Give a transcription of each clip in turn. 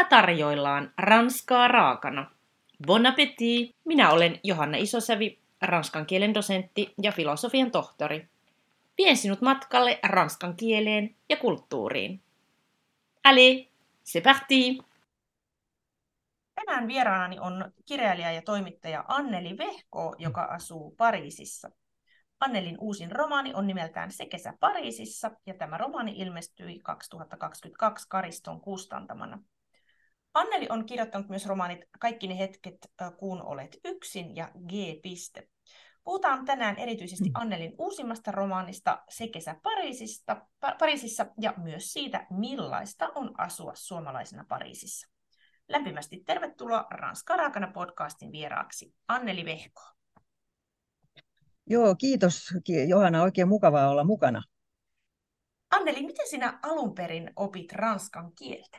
tarjoillaan ranskaa raakana. Bon appétit! Minä olen Johanna Isosävi, ranskan kielen dosentti ja filosofian tohtori. Vien sinut matkalle ranskan kieleen ja kulttuuriin. Allez, c'est parti! Tänään vieraanani on kirjailija ja toimittaja Anneli Vehko, joka asuu Pariisissa. Annelin uusin romaani on nimeltään Se kesä Pariisissa, ja tämä romaani ilmestyi 2022 Kariston kustantamana. Anneli on kirjoittanut myös romaanit Kaikki ne hetket, kun olet yksin ja G. Puhutaan tänään erityisesti Annelin uusimmasta romaanista Se kesä Pariisissa ja myös siitä, millaista on asua suomalaisena Pariisissa. Lämpimästi tervetuloa Ranskaa raakana podcastin vieraaksi, Anneli Vehko. Joo, kiitos Johanna, oikein mukavaa olla mukana. Anneli, miten sinä alun perin opit ranskan kieltä?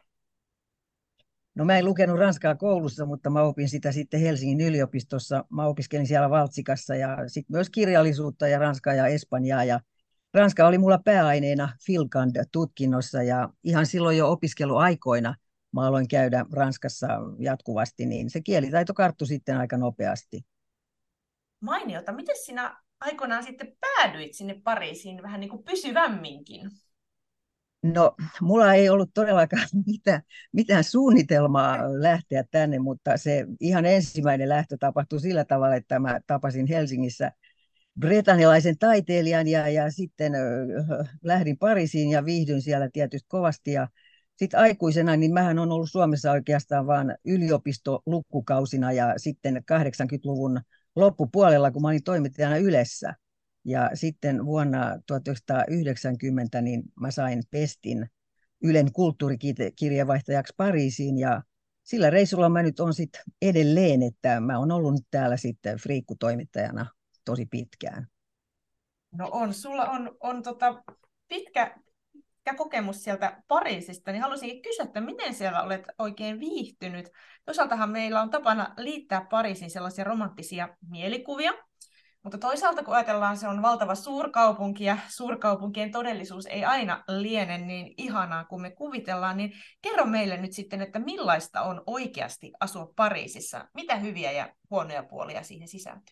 No mä en lukenut ranskaa koulussa, mutta mä opin sitä sitten Helsingin yliopistossa. Mä opiskelin siellä Valtsikassa ja sitten myös kirjallisuutta ja ranskaa ja espanjaa. Ja ranska oli mulla pääaineena Filkand-tutkinnossa ja ihan silloin jo opiskeluaikoina mä aloin käydä Ranskassa jatkuvasti, niin se kielitaito karttui sitten aika nopeasti. Mainiota. Miten sinä aikoinaan sitten päädyit sinne Pariisiin vähän niin kuin pysyvämminkin? No, mulla ei ollut todellakaan mitään suunnitelmaa lähteä tänne, mutta se ihan ensimmäinen lähtö tapahtui sillä tavalla, että mä tapasin Helsingissä britannialaisen taiteilijan ja sitten lähdin Pariisiin ja viihdyin siellä tietysti kovasti. Ja sitten aikuisena, niin mähän on ollut Suomessa oikeastaan vain yliopistolukukausina ja sitten 80-luvun loppupuolella, kun mä olin toimittajana Ylessä. Ja sitten vuonna 1990 niin mä sain pestin Ylen kulttuurikirjeenvaihtajaksi Pariisiin ja sillä reissulla mä nyt on sitten edelleen, että mä oon ollut täällä sitten friikkutoimittajana tosi pitkään. No on, sulla on pitkä kokemus sieltä Pariisista, niin haluaisinkin kysyä, että miten siellä olet oikein viihtynyt. Toisaaltahan meillä on tapana liittää Pariisiin sellaisia romanttisia mielikuvia, mutta toisaalta kun ajatellaan, se on valtava suurkaupunki ja suurkaupunkien todellisuus ei aina liene niin ihanaa kuin me kuvitellaan, niin kerro meille nyt sitten, että millaista on oikeasti asua Pariisissa? Mitä hyviä ja huonoja puolia siihen sisältyy?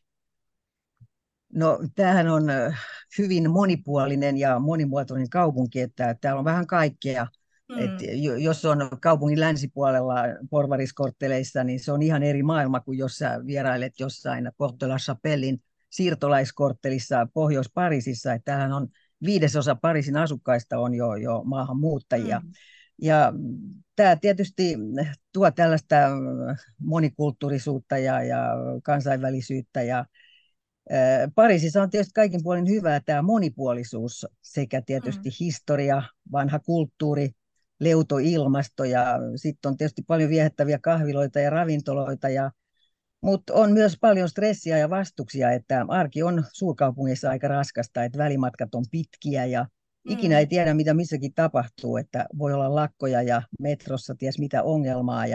No, tämähän on hyvin monipuolinen ja monimuotoinen kaupunki, että täällä on vähän kaikkea. Että jos on kaupungin länsipuolella porvariskortteleissa, niin se on ihan eri maailma kuin jos sä vierailet jossain Porte la Chapellein siirtolaiskorttelissa Pohjois-Pariisissa. Että tämähän on 5% Pariisin asukkaista on jo maahanmuuttajia. Ja tämä tietysti tuo tällaista monikulttuurisuutta ja kansainvälisyyttä ja Pariisissa on tietysti kaikin puolin hyvää tämä monipuolisuus sekä tietysti historia, vanha kulttuuri, leuto ilmasto ja sitten on tietysti paljon viehättäviä kahviloita ja ravintoloita, mutta on myös paljon stressiä ja vastuksia, että arki on suurkaupungeissa aika raskasta, että välimatkat on pitkiä ja ikinä ei tiedä mitä missäkin tapahtuu, että voi olla lakkoja ja metrossa ties mitä ongelmaa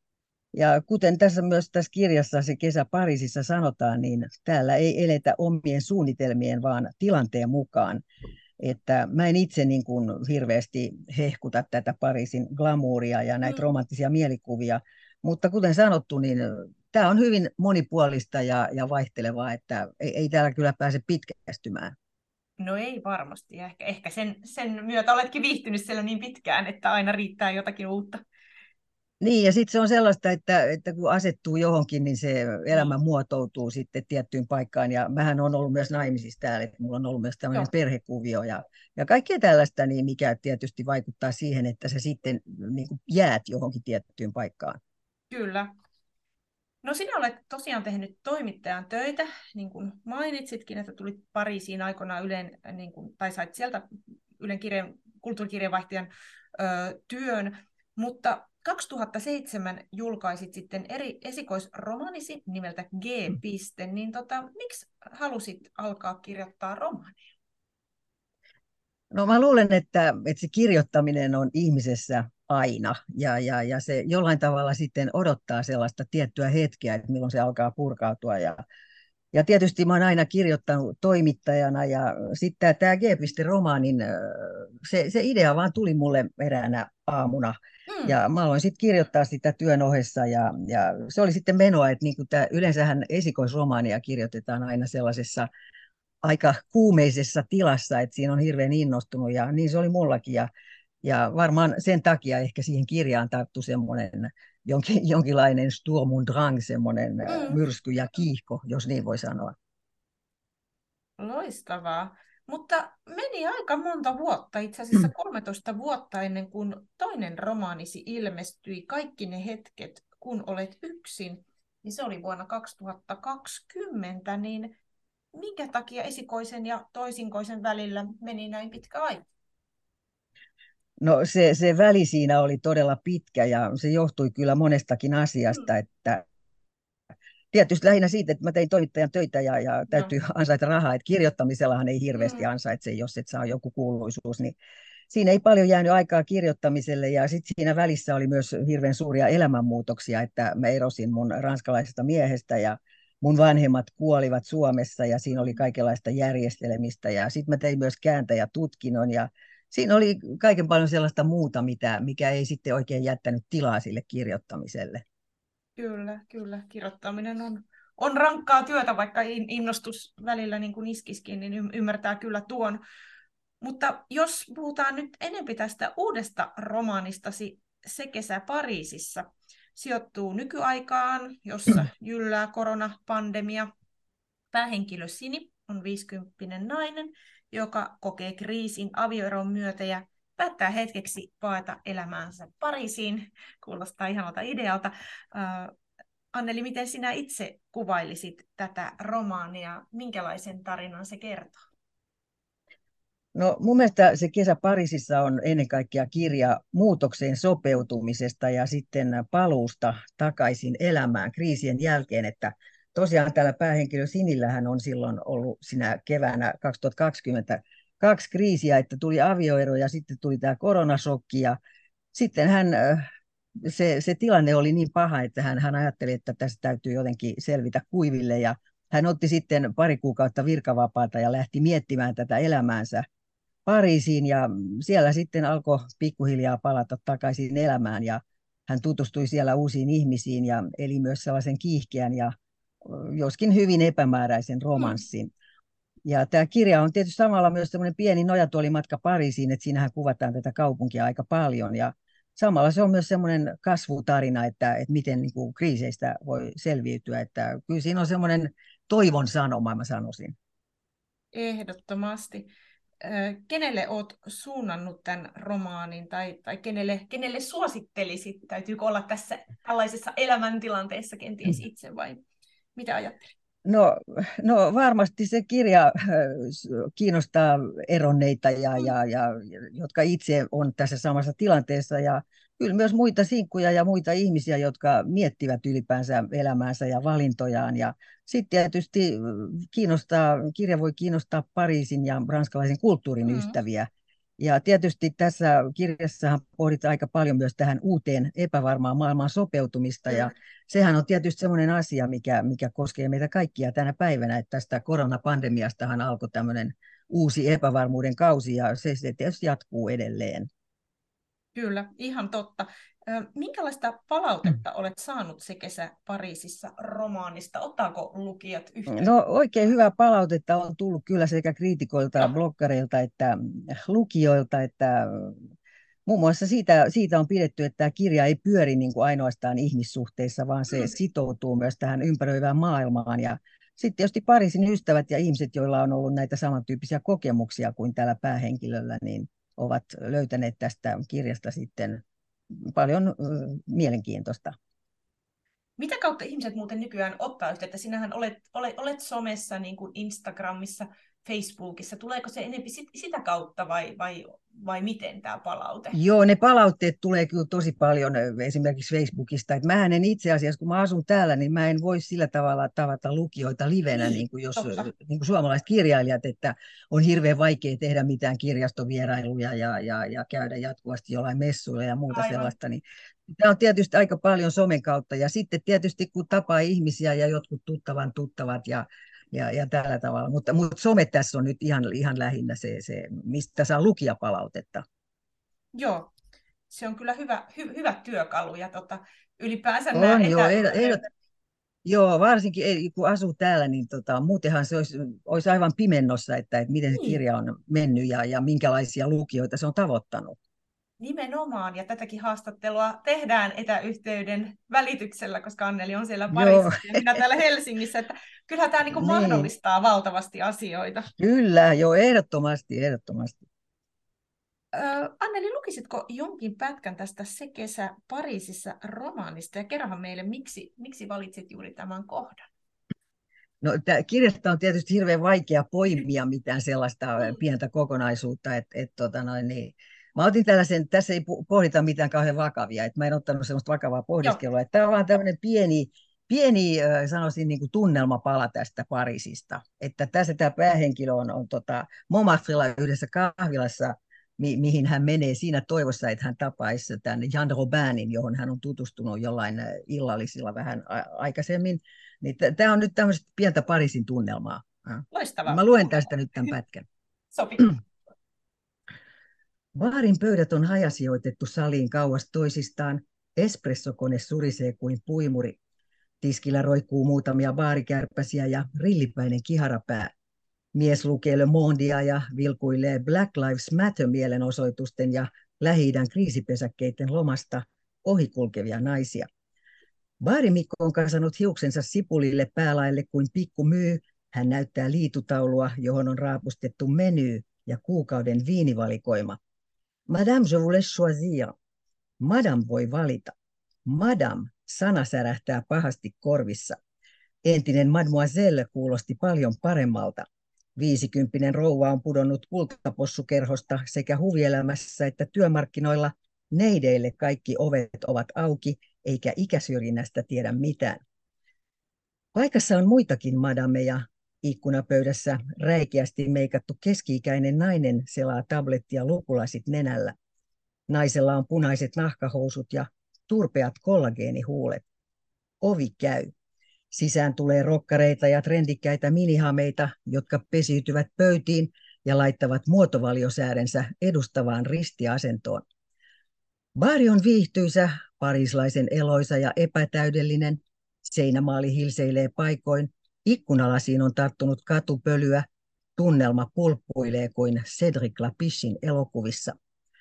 ja kuten tässä kirjassa Se kesä Pariisissa sanotaan, niin täällä ei eletä omien suunnitelmien, vaan tilanteen mukaan. Että mä en itse niin kuin hirveästi hehkuta tätä Pariisin glamouria ja näitä romanttisia mielikuvia, mutta kuten sanottu, niin tämä on hyvin monipuolista ja vaihtelevaa, että ei täällä kyllä pääse pitkästymään. No ei varmasti, ja ehkä sen myötä oletkin viihtynyt siellä niin pitkään, että aina riittää jotakin uutta. Niin, ja sitten se on sellaista, että kun asettuu johonkin, niin se elämä muotoutuu sitten tiettyyn paikkaan. Ja mähän on ollut myös naimisissa täällä, että mulla on ollut myös tämmöinen perhekuvio ja kaikkea tällaista, niin mikä tietysti vaikuttaa siihen, että sä sitten niin kuin jäät johonkin tiettyyn paikkaan. Kyllä. No sinä olet tosiaan tehnyt toimittajan töitä, niin kuin mainitsitkin, että tulit Pariisiin aikoinaan tai sait sieltä Ylen kulttuurikirjeenvaihtajan työn, mutta 2007 julkaisit sitten esikoisromaanisi nimeltä G. Niin miksi halusit alkaa kirjoittaa romaaneja? No mä luulen, että se kirjoittaminen on ihmisessä aina ja se jollain tavalla sitten odottaa sellaista tiettyä hetkeä, että milloin se alkaa purkautua ja tietysti mä oon aina kirjoittanut toimittajana ja sitten tämä G-romaanin, se idea vaan tuli mulle eräänä aamuna. Ja mä aloin sitten kirjoittaa sitä työn ohessa ja se oli sitten menoa, että niin yleensähän esikoisromaania kirjoitetaan aina sellaisessa aika kuumeisessa tilassa, että siinä on hirveän innostunut ja niin se oli mullakin. Ja varmaan sen takia ehkä siihen kirjaan tarttui semmoinen jonkinlainen Sturm und Drang, semmoinen Mm. myrsky ja kiihko, jos niin voi sanoa. Loistavaa. Mutta meni aika monta vuotta, itse asiassa 13 vuotta ennen kuin toinen romaanisi ilmestyi, Kaikki ne hetket, kun olet yksin. Niin se oli vuonna 2020, niin minkä takia esikoisen ja toisinkoisen välillä meni näin pitkä aika? No se väli siinä oli todella pitkä ja se johtui kyllä monestakin Mm. asiasta, että tietysti lähinnä siitä, että mä tein toimittajan töitä ja Joo. täytyy ansaita rahaa, että kirjoittamisellahan ei hirveästi Mm. ansaitse, jos et saa joku kuuluisuus, niin siinä ei paljon jäänyt aikaa kirjoittamiselle ja sitten siinä välissä oli myös hirveän suuria elämänmuutoksia, että mä erosin mun ranskalaisesta miehestä ja mun vanhemmat kuolivat Suomessa ja siinä oli kaikenlaista järjestelemistä ja sitten mä tein myös kääntäjätutkinnon ja siinä oli kaiken paljon sellaista muuta, mikä ei sitten oikein jättänyt tilaa sille kirjoittamiselle. Kyllä, kyllä. Kirjoittaminen on rankkaa työtä, vaikka innostus välillä niin kuin iskiskin, niin ymmärtää kyllä tuon. Mutta jos puhutaan nyt enemmän tästä uudesta romaanistasi, Se kesä Pariisissa, sijoittuu nykyaikaan, jossa jyllää koronapandemia. Päähenkilö Sini on 50 nainen, joka kokee kriisin avioeron myötä ja päättää hetkeksi paeta elämäänsä Pariisiin. Kuulostaa ihanalta idealta. Anneli, miten sinä itse kuvailisit tätä romaania? Minkälaisen tarinan se kertoo? No, mun mielestä se kesä Pariisissa on ennen kaikkea kirja muutokseen sopeutumisesta ja sitten paluusta takaisin elämään kriisien jälkeen, että tosiaan täällä päähenkilö Sinillähän on silloin ollut siinä keväänä 2020 kaksi kriisiä, että tuli avioero ja sitten tuli tämä koronasokki ja sitten se tilanne oli niin paha, että hän ajatteli, että tästä täytyy jotenkin selvitä kuiville ja hän otti sitten pari kuukautta virkavapaata ja lähti miettimään tätä elämäänsä Pariisiin ja siellä sitten alkoi pikkuhiljaa palata takaisin elämään ja hän tutustui siellä uusiin ihmisiin ja eli myös sellaisen kiihkeän ja joskin hyvin epämääräisen romanssin. Ja tämä kirja on tietysti samalla myös semmoinen pieni nojatuolimatka Pariisiin, että siinähän kuvataan tätä kaupunkia aika paljon ja samalla se on myös semmoinen kasvutarina, että miten niin kuin kriiseistä voi selviytyä, että kyllä siinä on semmoinen toivon sanoma, mä sanoisin. Ehdottomasti. Kenelle olet suunnannut tämän romaanin tai kenelle suosittelisit? Täytyykö olla tässä tällaisessa elämäntilanteessa kenties itse vai mitä ajattelet? No varmasti se kirja kiinnostaa eronneita jotka itse on tässä samassa tilanteessa ja kyllä myös muita sinkkuja ja muita ihmisiä, jotka miettivät ylipäänsä elämäänsä ja valintojaan. Ja sitten tietysti kirja voi kiinnostaa Pariisin ja ranskalaisen kulttuurin ystäviä. Ja tietysti tässä kirjassahan pohditaan aika paljon myös tähän uuteen epävarmaan maailmaan sopeutumista ja sehän on tietysti sellainen asia, mikä koskee meitä kaikkia tänä päivänä, että tästä koronapandemiastahan alkoi tämmöinen uusi epävarmuuden kausi ja se tietysti jatkuu edelleen. Kyllä, ihan totta. Minkälaista palautetta olet saanut Se kesä Pariisissa romaanista? Ottaako lukijat yhteyttä? No oikein hyvää palautetta on tullut kyllä sekä kriitikoilta, bloggareilta että lukijoilta, että muun muassa siitä on pidetty, että tämä kirja ei pyöri niin kuin ainoastaan ihmissuhteissa, vaan se sitoutuu myös tähän ympäröivään maailmaan. Ja sitten tietysti Pariisin ystävät ja ihmiset, joilla on ollut näitä samantyyppisiä kokemuksia kuin tällä päähenkilöllä, niin ovat löytäneet tästä kirjasta sitten paljon mielenkiintoista. Mitä kautta ihmiset muuten nykyään ottaa yhteyttä? Sinähän olet somessa, niin kuin Instagramissa, Facebookissa. Tuleeko se enemmän sitä kautta vai miten tämä palaute? Joo, ne palautteet tulee kyllä tosi paljon esimerkiksi Facebookista. Et mähän en itse asiassa, kun mä asun täällä, niin mä en voi sillä tavalla tavata lukijoita livenä, niin kuin niin kuin suomalaiset kirjailijat, että on hirveän vaikea tehdä mitään kirjastovierailuja ja käydä jatkuvasti jollain messuilla ja muuta Aivan. sellaista. Niin tämä on tietysti aika paljon somen kautta ja sitten tietysti kun tapaa ihmisiä ja jotkut tuttavat ja tällä tavalla. Mutta some tässä on nyt ihan lähinnä se, mistä saa lukijapalautetta. Joo. se on kyllä hyvä työkalu. Ja ylipäänsä nämä On joo, etäyhteydet. joo, varsinkin kun asuu täällä, niin muutenhan se olisi aivan pimennossa, että miten se Niin. kirja on mennyt ja minkälaisia lukijoita se on tavoittanut. Nimenomaan, ja tätäkin haastattelua tehdään etäyhteyden välityksellä, koska Anneli on siellä Joo, Pariisissa ja minä täällä Helsingissä, että kyllähän tämä niin kuin niin, mahdollistaa valtavasti asioita. kyllä, joo, ehdottomasti, ehdottomasti. Anneli, lukisitko jonkin pätkän tästä Se kesä Pariisissa romaanista ja kerrohan meille, miksi valitsit juuri tämän kohdan? No, kirjasta on tietysti hirveän vaikea poimia mitään sellaista Mm. pientä kokonaisuutta, niin, mä otin tällaisen, tässä ei pohdita mitään kauhean vakavia, että mä en ottanut sellaista vakavaa Joo, pohdiskelua, että tämä on vaan tämmöinen pieni sanoisin niin kuin tunnelmapala tästä Pariisista, että tässä tämä päähenkilö on Montmartrella yhdessä kahvilassa, mihin hän menee siinä toivossa, että hän tapaisi tämän Jean Robinin, johon hän on tutustunut jollain illallisilla vähän aikaisemmin. Niin tämä on nyt tämmöistä pientä Pariisin tunnelmaa. loistava Mä luen tästä tunnelma. nyt tämän pätkän. Sopi. Baarin pöydät on hajasijoitettu saliin kauas toisistaan. Espressokone surisee kuin puimuri. Tiskillä roikkuu muutamia baarikärpäsiä ja rillipäinen kiharapää. Mies lukee Le Mondea ja vilkuilee Black Lives Matter-mielenosoitusten ja Lähi-idän kriisipesäkkeiden lomasta ohikulkevia naisia. Baarimikko on kasannut hiuksensa sipulille päälaille kuin pikku myy. Hän näyttää liitutaulua, johon on raapustettu meny ja kuukauden viinivalikoima. Madame, je voulais choisir. Madame voi valita. Madame, sana särähtää pahasti korvissa. Entinen mademoiselle kuulosti paljon paremmalta. 50 rouva on pudonnut kultapossukerhosta sekä huvielämässä että työmarkkinoilla. Neideille kaikki ovet ovat auki, eikä ikäsyrjinnästä tiedä mitään. Paikassa on muitakin madameja. Ikkunapöydässä räikeästi meikattu keski-ikäinen nainen selaa tablettia lukulasit nenällä. Naisella on punaiset nahkahousut ja turpeat kollageenihuulet. Ovi käy. Sisään tulee rokkareita ja trendikkäitä minihameita, jotka pesiytyvät pöytiin ja laittavat muotovaliosäädensä edustavaan ristiasentoon. Baari on viihtyisä, pariislaisen eloisa ja epätäydellinen. Seinämaali hilseilee paikoin. Ikkunalasiin on tarttunut katupölyä. Tunnelma pulppuilee kuin Cédric Lapichin elokuvissa.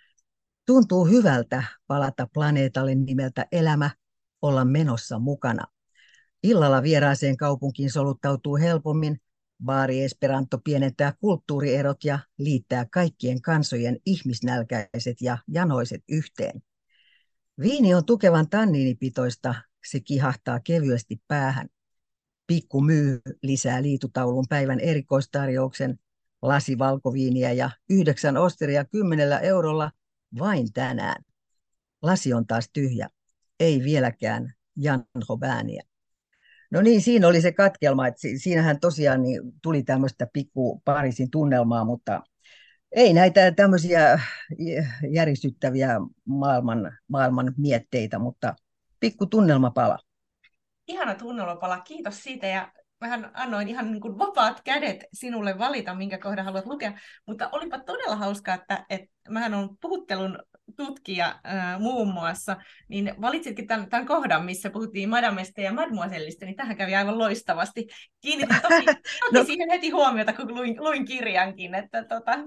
Tuntuu hyvältä palata planeetalle nimeltä elämä, olla menossa mukana. Illalla vieraaseen kaupunkiin soluttautuu helpommin. Baari Esperanto pienentää kulttuurierot ja liittää kaikkien kansojen ihmisnälkäiset ja janoiset yhteen. Viini on tukevan tanniinipitoista, se kihahtaa kevyesti päähän. Pikku myy lisää liitutaulun päivän erikoistarjouksen, lasi valkoviiniä ja 9 osteria 10 eurolla vain tänään. Lasi on taas tyhjä, ei vieläkään Jan Robinia. No niin, siinä oli se katkelma, että siinähän tosiaan niin tuli tämmöistä pikku Pariisin tunnelmaa, mutta ei näitä tämmöisiä järisyttäviä maailman mietteitä, mutta pikku tunnelmapala. Ihana tunnelmapala, kiitos siitä. Ja vähän annoin ihan niin kuin vapaat kädet sinulle valita, minkä kohdan haluat lukea. Mutta olipa todella hauskaa, että mähän olen puhuttelun tutkija muun muassa, niin valitsitkin tämän kohdan, missä puhuttiin madamesta ja mademoisellista, niin tähän kävi aivan loistavasti. Kiinnitin toki No, siihen heti huomiota, kun luin kirjankin, että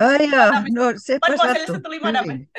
no sepä mademoisellista sattui tuli madame. hyvin.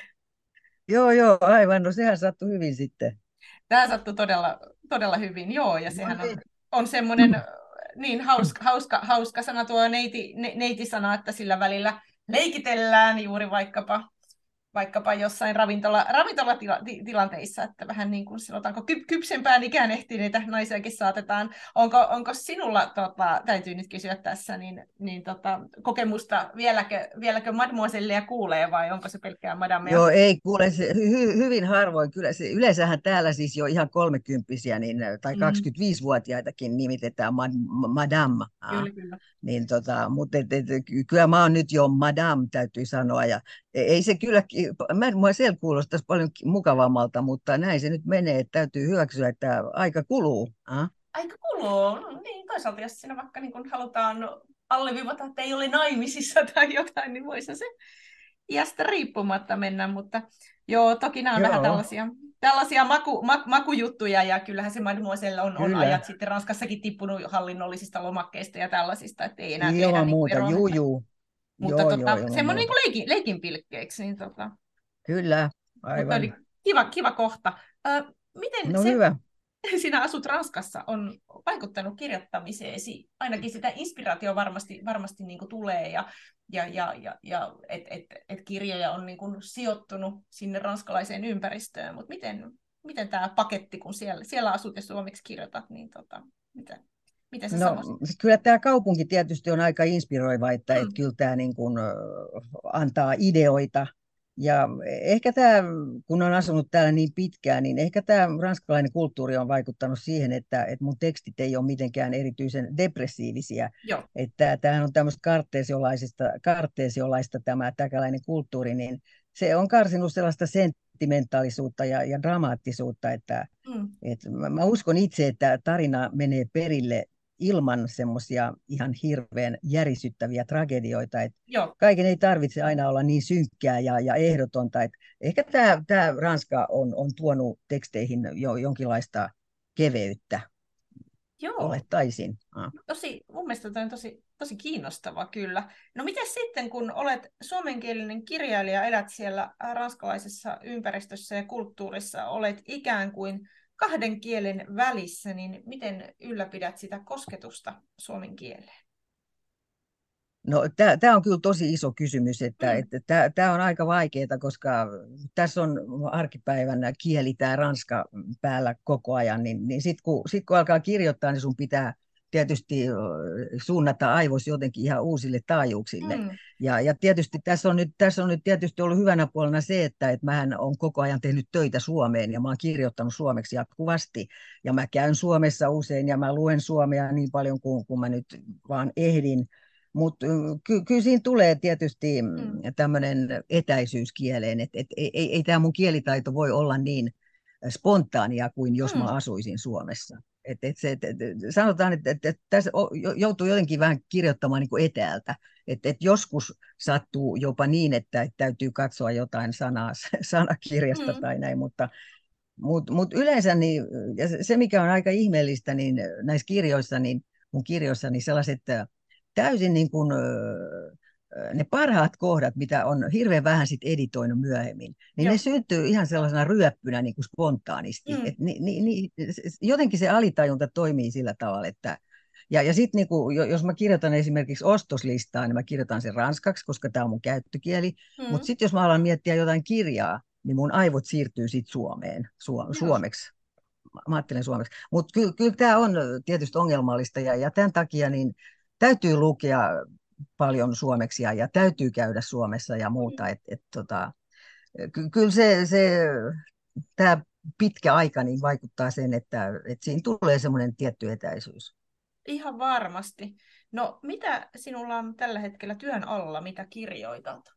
Joo, aivan, no sehän sattui hyvin sitten. Tämä sattui todella hyvin, joo, ja No sehän niin. on semmoinen niin hauska sana tuo neiti-sana, että sillä välillä leikitellään juuri vaikkapa jossain ravintolatilanteissa, että vähän niin kuin sanotaanko kypsempään ikään ehtineitä naisiakin saatetaan. Onko sinulla, täytyy nyt kysyä tässä, kokemusta vieläkö mademoiselleja kuulee vai onko se pelkkää madamea? Joo, ei kuule, se hyvin harvoin. Kyllä se, yleensähän täällä siis jo ihan 30-vuotiaita tai 25-vuotiaitakin nimitetään madame. Kyllä. Niin mutta kyllä mä oon nyt jo madame, täytyy sanoa. Ja ei se kyllä, mua siellä kuulostaisi paljon mukavammalta, mutta näin se nyt menee, että täytyy hyväksyä, että aika kuluu. Aika kuluu. No, niin, toisaalta jos siinä vaikka niin kun halutaan alleviivata, että ei ole naimisissa tai jotain, niin voisi se iästä riippumatta mennä, mutta joo, toki nämä on vähän Joo, tällaisia makujuttuja, ja kyllähän se Mademoiselle on kyllä, ajat sitten Ranskassakin tippunut hallinnollisista lomakkeista ja tällaisista, että ei enää tehdä ilman niin kuin muuta, eroa. juu, juu. Mutta Joo, joo, ilman semmoinen niin muuta. kuin leikin pilkkeeksi, niin Kyllä, mutta oli aivan. kiva kohta. Miten No se, hyvä. sinä asut Ranskassa, on vaikuttanut kirjoittamiseesi? Ainakin sitä inspiraatio varmasti niin kuin tulee, ja et kirjoja on niin kuin sijoittunut sinne ranskalaiseen ympäristöön, mutta miten tämä paketti, kun siellä asut ja suomeksi kirjoitat, niin miten sä No sanoisit? kyllä tämä kaupunki tietysti on aika inspiroiva, että Mm, kyllä tämä niin kuin, antaa ideoita. Ja ehkä tämä, kun on asunut täällä niin pitkään, niin ehkä tämä ranskalainen kulttuuri on vaikuttanut siihen, että mun tekstit ei ole mitenkään erityisen depressiivisiä. joo, Että tämähän on tämmöistä karteesiolaista tämä täkäläinen kulttuuri, niin se on karsinut sellaista sentimentaalisuutta ja dramaattisuutta, mm, että mä uskon itse, että tarina menee perille ilman semmoisia ihan hirveän järisyttäviä tragedioita. Että joo. kaiken ei tarvitse aina olla niin synkkää ja ehdotonta. Että ehkä tämä Ranska on tuonut teksteihin jo jonkinlaista keveyttä, Joo, olettaisin. mun mielestä toi on tosi kiinnostava kyllä. No miten sitten, kun olet suomenkielinen kirjailija, elät siellä ranskalaisessa ympäristössä ja kulttuurissa, olet ikään kuin kahden kielen välissä, niin miten ylläpidät sitä kosketusta suomen kieleen? No, tämä on kyllä tosi iso kysymys, Mm, että tämä on aika vaikeaa, koska tässä on arkipäivän kieli, tämä ranska päällä koko ajan, niin sit kun alkaa kirjoittaa, niin sun pitää tietysti suunnata aivos jotenkin ihan uusille taajuuksille. mm, Ja tietysti tässä on nyt tietysti ollut hyvänä puolena se, että mähän olen koko ajan tehnyt töitä Suomeen ja mä oon kirjoittanut suomeksi jatkuvasti. Ja mä käyn Suomessa usein ja mä luen suomea niin paljon kuin mä nyt vaan ehdin. Mutta kyllä siinä tulee tietysti mm, tämmöinen etäisyys kieleen, että ei tämä mun kielitaito voi olla niin spontaania kuin jos mä mm, asuisin Suomessa. Sanotaan, että tässä joutuu jotenkin vähän kirjoittamaan niin kuin etäältä. Et joskus sattuu jopa niin, että täytyy katsoa jotain sanakirjasta mm, tai näin, mutta yleensä niin, ja se mikä on aika ihmeellistä, niin näissä kirjoissa, niin mun kirjoissa, niin sellaiset täysin niin kuin, ne parhaat kohdat, mitä on hirveän vähän sit editoinut myöhemmin, niin ne joo, syntyy ihan sellaisena ryöppynä niin kuin spontaanisti. mm, Jotenkin se alitajunta toimii sillä tavalla, että ja sitten niinku, jos mä kirjoitan esimerkiksi ostoslistaa, niin mä kirjoitan sen ranskaksi, koska tämä on mun käyttökieli. Mutta mm, sitten jos mä alan miettiä jotain kirjaa, niin mun aivot siirtyy sitten joo, suomeksi. Mä ajattelen suomeksi. Mutta kyllä tämä on tietysti ongelmallista ja tämän takia niin täytyy lukea paljon suomeksi ja täytyy käydä Suomessa ja muuta. Kyllä tämä pitkä aika niin vaikuttaa sen, että siinä tulee semmoinen tietty etäisyys. ihan varmasti. No mitä sinulla on tällä hetkellä työn alla, mitä kirjoitat?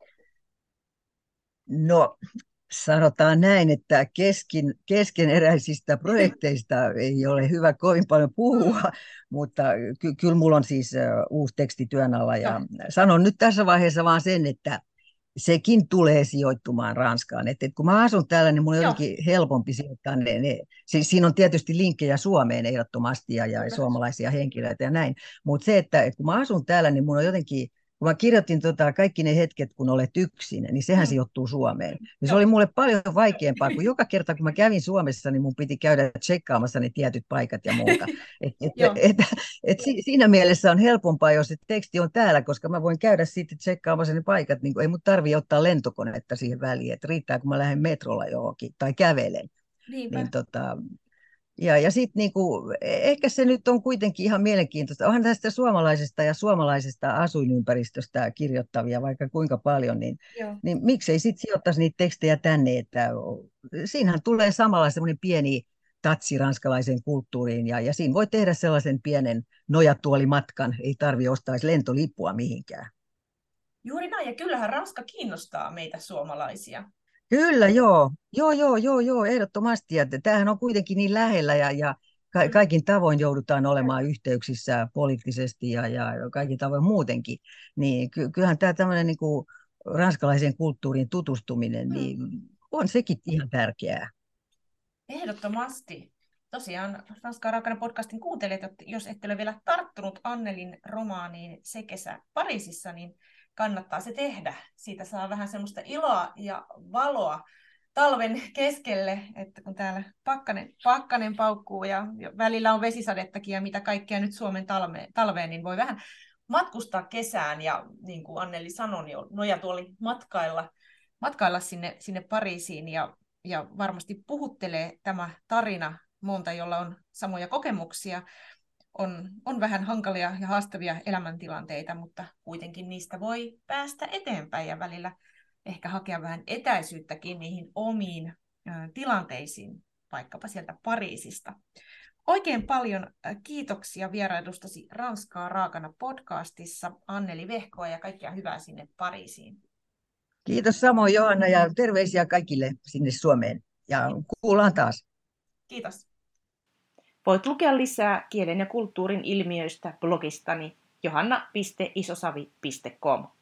No, sanotaan näin, että keskeneräisistä projekteista ei ole hyvä kovin paljon puhua, Mm, mutta kyllä mulla on siis uusi teksti työn alla joo, ja sanon nyt tässä vaiheessa vaan sen, että sekin tulee sijoittumaan Ranskaan. Et kun mä asun täällä, niin mun on joo, jotenkin helpompi sijoittaa siis siinä on tietysti linkkejä Suomeen ehdottomasti ja kyllä. suomalaisia henkilöitä ja näin, mutta se, että kun mä asun täällä, niin mun on jotenkin kun mä kirjoitin kaikki ne hetket, kun olet yksin, niin sehän Mm, sijoittuu Suomeen. Ja se joo, oli mulle paljon vaikeampaa, kun joka kerta, kun mä kävin Suomessa, niin mun piti käydä tsekkaamassa ne tietyt paikat ja muuta. joo, Siinä mielessä on helpompaa, jos se teksti on täällä, koska mä voin käydä sitten tsekkaamassa ne paikat, niin ei mun tarvitse ottaa lentokonetta siihen väliin, että riittää, kun mä lähden metrolla johonkin tai kävelen. Niin niinpä. ja sitten niinku, ehkä se nyt on kuitenkin ihan mielenkiintoista. Onhan tästä suomalaisesta ja suomalaisesta asuinympäristöstä kirjoittavia vaikka kuinka paljon, Joo. niin miksei sitten sijoittaisi niitä tekstejä tänne, että siinähän tulee samalla semmoinen pieni tatsi ranskalaiseen kulttuuriin ja siinä voi tehdä sellaisen pienen nojatuolimatkan, ei tarvi ostaa edes lentolippua mihinkään. Juuri näin, ja kyllähän Ranska kiinnostaa meitä suomalaisia. Kyllä, joo. Joo, ehdottomasti. Ja tämähän on kuitenkin niin lähellä ja Mm, kaikin tavoin joudutaan olemaan yhteyksissä poliittisesti ja kaikin tavoin muutenkin. Niin kyllähän tämä tämmöinen niin kuin ranskalaiseen kulttuuriin tutustuminen, niin on sekin ihan tärkeää. Ehdottomasti. Tosiaan Ranskaa raakana podcastin kuuntelijat, että jos ette ole vielä tarttunut Annelin romaaniin Se kesä Pariisissa, niin kannattaa se tehdä. Siitä saa vähän semmoista iloa ja valoa talven keskelle, että kun täällä pakkanen paukkuu ja välillä on vesisadettakin ja mitä kaikkea nyt Suomen talveen, niin voi vähän matkustaa kesään ja niin kuin Anneli sanoi, niin nojatuoli matkailla sinne Pariisiin ja varmasti puhuttelee tämä tarina monta, jolla on samoja kokemuksia. On vähän hankalia ja haastavia elämäntilanteita, mutta kuitenkin niistä voi päästä eteenpäin ja välillä ehkä hakea vähän etäisyyttäkin niihin omiin tilanteisiin, vaikkapa sieltä Pariisista. Oikein paljon kiitoksia vierailustasi Ranskaa raakana podcastissa, Anneli Vehkoa, ja kaikkea hyvää sinne Pariisiin. Kiitos samoin Johanna ja terveisiä kaikille sinne Suomeen ja kuullaan taas. Kiitos. Voit lukea lisää kielen ja kulttuurin ilmiöistä blogistani johanna.isosavi.com.